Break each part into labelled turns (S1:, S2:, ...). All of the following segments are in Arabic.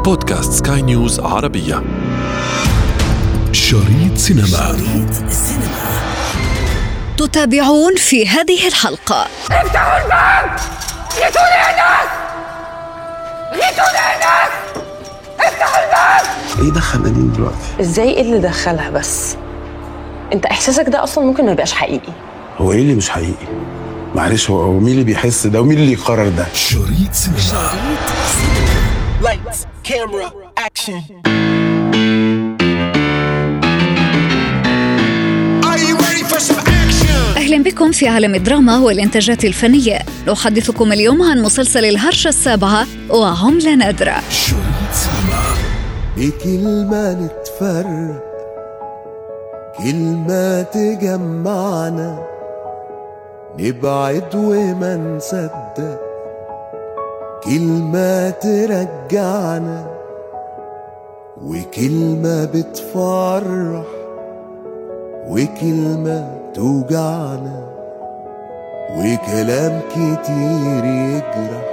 S1: بودكاست سكاي نيوز عربية. شريط سينما.
S2: تتابعون في هذه الحلقة.
S3: افتحوا الباب! ليتوني هناك! افتحوا الباب!
S4: ايه دخل نادين دلوقتي؟
S5: ازاي؟ ايه اللي دخلها بس؟ انت احساسك ده اصلا ممكن ما يبقاش حقيقي.
S4: هو ايه اللي مش حقيقي؟ معلش، هو مين اللي بيحس ده ومين اللي يقرر ده؟
S1: شريط سينما.
S6: Lights, camera, action. Are you ready for some action?
S2: أهلا بكم في عالم الدراما والإنتاجات الفنية. نحدثكم اليوم عن مسلسل الهرشة السابعة وعملة نادرة.
S1: شريط سينما.
S7: بكلمة نتفرق، كلمة تجمعنا، نبعد وما نصدق، كلمة ترجعنا، وكلمة بتفرح، وكلمة توجعنا، وكلام كتير يجرح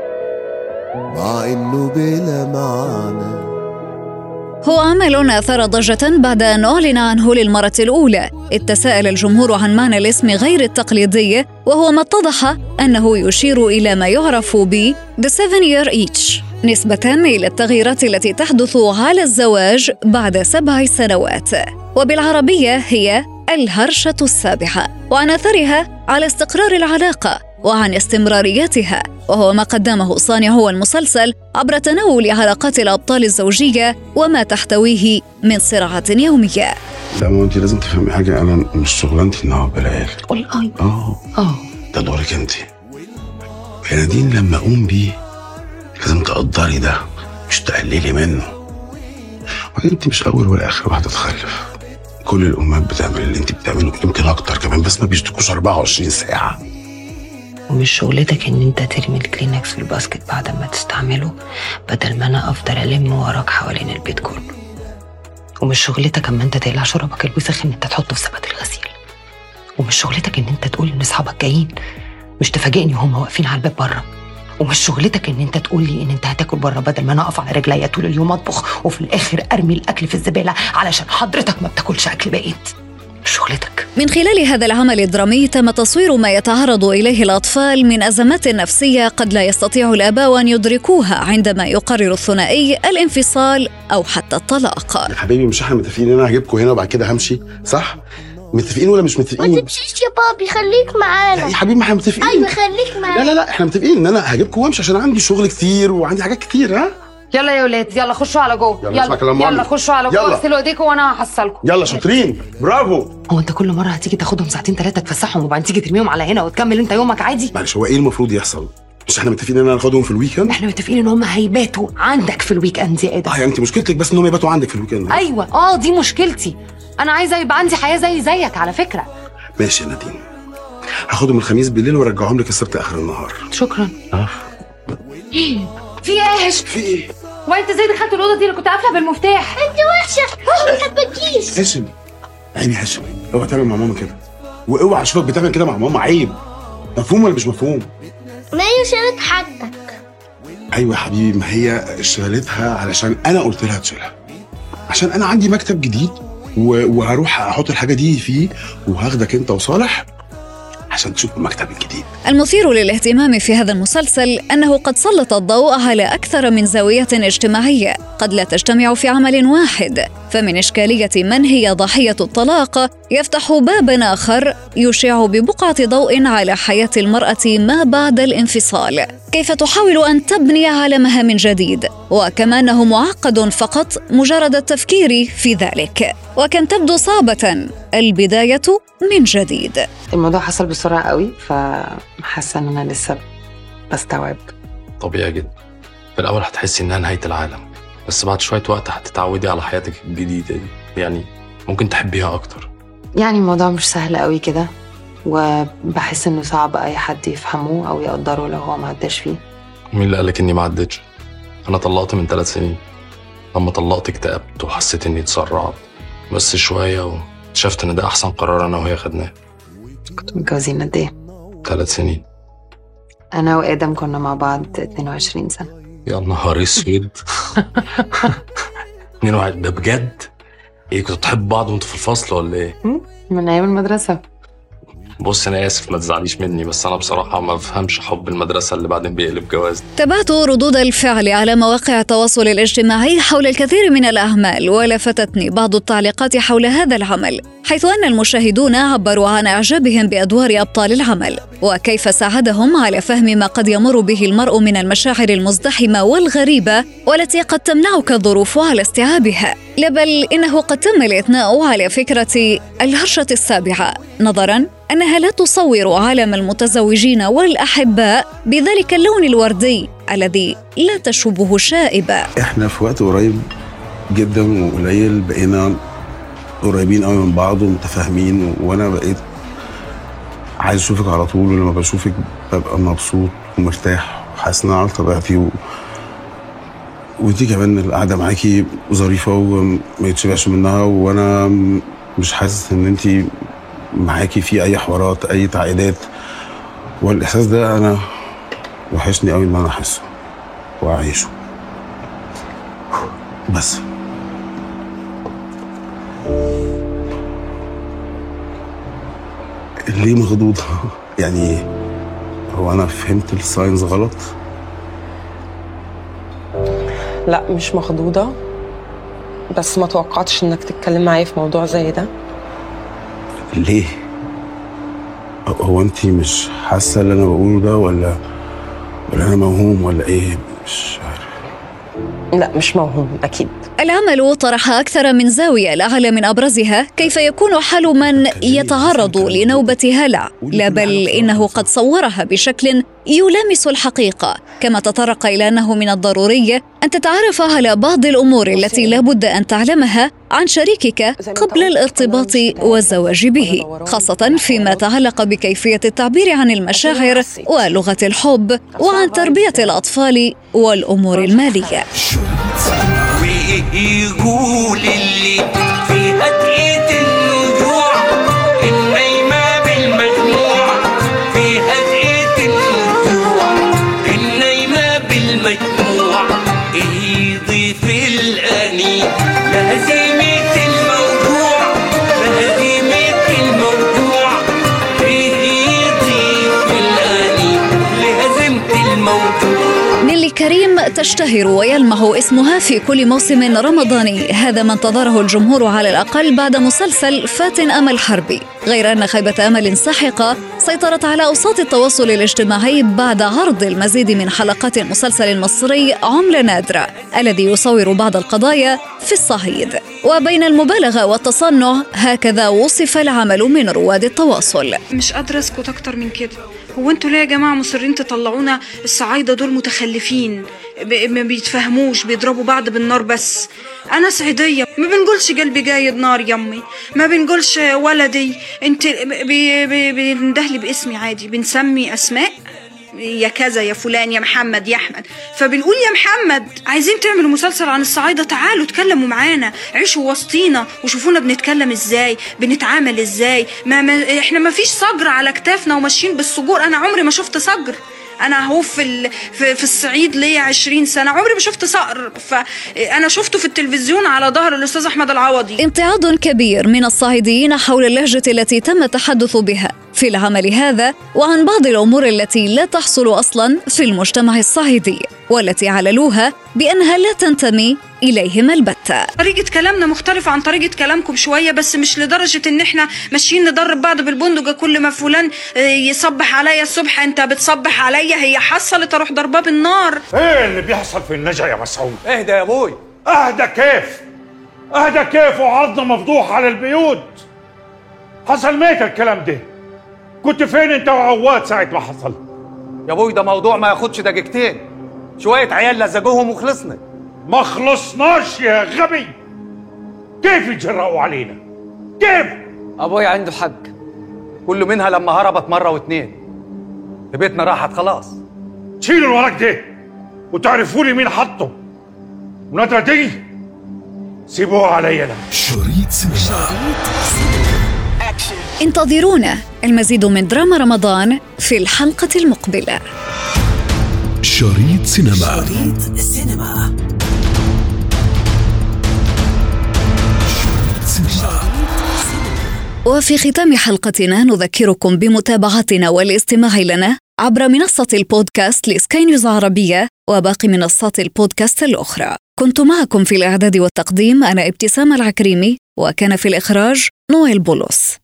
S7: مع إنه بلا معنى.
S2: هو عمل أثار ضجة بعد أن أعلن عنه للمرة الأولى. تساءل الجمهور عن معنى الاسم غير التقليدي، وهو ما اتضح أنه يشير إلى ما يعرف ب The 7 Year Itch، نسبة إلى التغييرات التي تحدث على الزواج بعد 7 سنوات، وبالعربية هي الهرشة السابعة، وعن أثرها على استقرار العلاقة وعن استمراريتها، وهو ما قدمه صانعو المسلسل عبر تناول علاقات الأبطال الزوجية وما تحتويه من صراعات يومية.
S4: لا، ما انت لازم تفهمي حاجة، أنا مش شغلانتي إن أقعد بالعيال.
S5: قول
S4: ده دورك انت يا نادين. لما أقوم بيه لازم تقدري ده، مش تقللي منه. وبعدين انت مش أول ولا آخر واحدة تخلف. كل الأمهات بتعمل اللي انت بتعمله، يمكن أكتر كمان، بس ما بيشتكوش 24 ساعة.
S5: ومش شغلتك ان انت ترمي الكلينكس في الباسكت بعد ما تستعمله، بدل ما انا افضل الم وراك حوالين البيت كله. ومش شغلتك اما انت تقلع شرابك الوسخ ان انت تحطه في سبت الغسيل. ومش شغلتك ان انت تقول ان اصحابك جايين، مش تفاجئني وهم واقفين على الباب بره. ومش شغلتك ان انت تقول لي ان انت هتاكل بره، بدل ما انا اقف على رجليا طول اليوم اطبخ وفي الاخر ارمي الاكل في الزباله علشان حضرتك ما بتاكلش اكل بقيت. شغلتك.
S2: من خلال هذا العمل الدرامي تم تصوير ما يتعرض إليه الأطفال من أزمات نفسية قد لا يستطيع الآباء أن يدركوها عندما يقرر الثنائي الانفصال أو حتى الطلاق.
S4: يا حبيبي، مش احنا متفقين ان انا هجيبكم هنا وبعد كده همشي، صح؟ متفقين ولا مش متفقين؟
S8: ما تمشيش يا بابي، خليك معانا.
S4: يا حبيبي، ما احنا متفقين.
S8: ايوه خليك معانا.
S4: لا احنا متفقين ان انا هجيبكم وامشي عشان عندي شغل كتير وعندي حاجات كتير. ها،
S5: يلا يا ولاد، يلا خشوا على جوه. يلا خشوا على جوه، اغسلوا ايديكم وانا هحصلكم.
S4: يلا شاطرين، برافو.
S5: هو انت كل مره هتيجي تاخدهم ساعتين 3 تفسحهم وبعدين تيجي ترميهم على هنا وتكمل انت يومك عادي؟
S4: معلش، هو ايه المفروض يحصل؟ مش احنا متفقين ان انا هاخدهم في الويكند؟
S5: احنا متفقين ان هم هيباتوا عندك في الويكند يا ادم.
S4: يعني انت مشكلتك بس ان هم يباتوا عندك في الويكند؟
S5: ايوه، دي مشكلتي. انا عايزه يبقى عندي حياه زيك على فكره.
S4: ماشي يا نادين، هاخدهم الخميس بالليل وارجعهم لك السبت اخر النهار.
S5: شكرا. في ايه؟
S4: في ايه؟
S5: وانت ازاي دخلت الاوضه دي؟ انا كنت قافله بالمفتاح.
S8: انت وحشه، ما بتحبكيش.
S4: هاشم، عيني هاشم، اوعى تعمل مع ماما كده، واوعى اشوفك بتعمل كده مع ماما. عيب. مفهوم ولا مش مفهوم؟
S8: ما هي شالت حاجتك.
S4: ايوه يا حبيبي، ما هي شالتها علشان انا قلت لها تشيلها، عشان انا عندي مكتب جديد وهروح احط الحاجه دي فيه، وهاخدك انت وصالح عشان تشوف المكتب الجديد.
S2: المثير للاهتمام في هذا المسلسل أنه قد سلط الضوء على أكثر من زاوية اجتماعية قد لا تجتمع في عمل واحد، فمن إشكالية من هي ضحية الطلاق يفتح بابا آخر يشع ببقعة ضوء على حياة المرأة ما بعد الانفصال، كيف تحاول أن تبني عالمها من جديد، وكما أنه معقد فقط مجرد التفكير في ذلك، وكم تبدو صعبة البداية من جديد.
S5: الموضوع حصل بسرعه قوي، فحاسه ان انا لسه بستوعب.
S9: طبيعي جدا، في الاول هتحسي انها نهايه العالم، بس بعد شويه وقت هتتعودي على حياتك الجديده دي، يعني ممكن تحبيها اكتر.
S5: يعني الموضوع مش سهل قوي كده، وبحس انه صعب اي حد يفهمه او يقدره لو هو ما عداش فيه.
S9: مين اللي قالك اني ما عدتش؟ انا طلقت من 3 سنين. لما طلقت اكتئبت وحسيت اني اتسرعت بس شويه، واكتشفت ان ده احسن قرار انا وهي خدناه.
S5: كنتوا متجوزين قد ايه؟
S9: 3 سنين.
S5: انا وادم كنا مع بعض 22 سنه.
S9: يا نهار اسود. 2-1 ده بجد؟ ايه كنتوا بتحبوا بعض وانتوا في الفصل ولا ايه؟
S5: من ايام المدرسه.
S9: بص انا اسف ما تزعليش مني، بس انا بصراحه ما بفهمش حب المدرسه اللي بعدين بيقلب جواز.
S2: تابعت ردود الفعل على مواقع التواصل الاجتماعي حول الكثير من الأعمال، ولفتتني بعض التعليقات حول هذا العمل، حيث أن المشاهدون عبروا عن إعجابهم بأدوار أبطال العمل، وكيف ساعدهم على فهم ما قد يمر به المرء من المشاعر المزدحمة والغريبة والتي قد تمنعك الظروف على استيعابها. لا بل إنه قد تم الإثناء على فكرة الهرشة السابعة، نظراً أنها لا تصور عالم المتزوجين والأحباء بذلك اللون الوردي الذي لا تشوبه شائبة.
S4: احنا في وقت قريب جدا وقليل بقينا قريبين قوي من بعض ومتفاهمين، وانا بقيت عايز اشوفك على طول، ولما بشوفك ببقى مبسوط ومرتاح وحاسس ان انا على طبيعتي ودي كمان القعده معاكي ظريفه وما يتشبعش منها، وانا مش حاسس ان انتي معاكي في اي حوارات اي تعقيدات، والاحساس ده انا وحشني قوي ان انا احسه واعيشه. بس ليه مخضوضة؟ يعني هو انا فهمت الساينز غلط؟
S10: لا مش مخضوضة، بس ما توقعتش انك تتكلم معايا في موضوع زي ده.
S4: ليه؟ هو انتي مش حاسة اللي انا بقوله ده ولا انا موهوم ولا ايه؟ مش عارف.
S10: لا مش موهوم اكيد.
S2: العمل طرح أكثر من زاوية، لعل من أبرزها كيف يكون حال من يتعرض لنوبة هلع، لا بل إنه قد صورها بشكل يلامس الحقيقة، كما تطرق إلى أنه من الضروري أن تتعرف على بعض الأمور التي لا بد أن تعلمها عن شريكك قبل الارتباط والزواج به، خاصة فيما يتعلق بكيفية التعبير عن المشاعر ولغة الحب وعن تربية الأطفال والأمور المالية.
S6: يقول اللي فيها دقيقة النجوع النايمة بالمجموع، فيها دقيقة النجوع النايمة بالمجموع، يضيف الأنين لهزيمة الموضوع، لهزيمة الموضوع، يضيف الأنين لهزيمة الموضوع.
S2: نيلي كريم تشتهر ويلمح اسمها في كل موسم رمضاني، هذا ما انتظره الجمهور على الأقل بعد مسلسل فاتن أمل حربي، غير أن خيبة أمل ساحقة سيطرت على أوساط التواصل الاجتماعي بعد عرض المزيد من حلقات المسلسل المصري عملة نادرة الذي يصور بعض القضايا في الصعيد. وبين المبالغة والتصنع هكذا وصف العمل من رواد التواصل.
S11: مش قادرة اسكت أكتر من كده. هو انتوا ليه يا جماعة مصرين تطلعونا الصعايدة دول متخلفين، ما بيتفهموش، بيضربوا بعض بالنار؟ بس أنا صعيدية، ما بنقولش قلبي جايد نار يمي، ما بنقولش ولدي انت، بندهلي باسمي عادي، بنسمي أسماء، يا كذا يا فلان يا محمد يا أحمد، فبنقول يا محمد. عايزين تعملوا مسلسل عن الصعايدة، تعالوا اتكلموا معانا، عيشوا وسطينا وشوفونا بنتكلم ازاي، بنتعامل ازاي. احنا ما فيش صقر على كتافنا وماشيين بالصقور. انا عمري ما شفت صقر، انا هو في الصعيد ليا 20 سنه عمري ما شفت صقر، فانا شفته في التلفزيون على ظهر الاستاذ احمد العوضي.
S2: امتعاض كبير من الصعيديين حول اللهجه التي تم التحدث بها في العمل هذا، وعن بعض الامور التي لا تحصل اصلا في المجتمع الصعيدي والتي عللوها بانها لا تنتمي إليهم البتة.
S11: طريقة كلامنا مختلفة عن طريقة كلامكم شوية، بس مش لدرجة إن إحنا ماشيين نضرب بعض بالبندقة، كل ما فلان يصبح عليا الصبح أنت بتصبح عليا، هي حصلت أروح ضرباه بالنار.
S12: إيه اللي بيحصل في النجا يا مسعود؟
S13: اهدى يا أبوي.
S12: أهدى كيف؟ أهدى كيف وعضنا مفضوح على البيوت؟ حصل ميت الكلام ده؟ كنت فين أنت وعواد ساعة ما حصل؟
S13: يا أبوي ده موضوع ما ياخدش دقيقتين، شوية عيال لزجوهم وخلصنا.
S12: ما خلصناش يا غبي. كيف يتجرأوا علينا؟ كيف؟
S13: أبوي عنده حق، كل منها لما هربت مرة واتنين في بيتنا راحت خلاص.
S12: شيلوا الورق ده وتعرفوا لي مين حطه، ونادرة دي سيبوها عليا أنا.
S1: شريط سينما.
S2: انتظرونا المزيد من دراما رمضان في الحلقة المقبلة.
S1: شريط سينما.
S2: وفي ختام حلقتنا نذكركم بمتابعتنا والاستماع لنا عبر منصة البودكاست لسكاي نيوز عربية وباقي منصات البودكاست الأخرى. كنت معكم في الإعداد والتقديم أنا ابتسام العكريمي، وكان في الإخراج نويل بولس.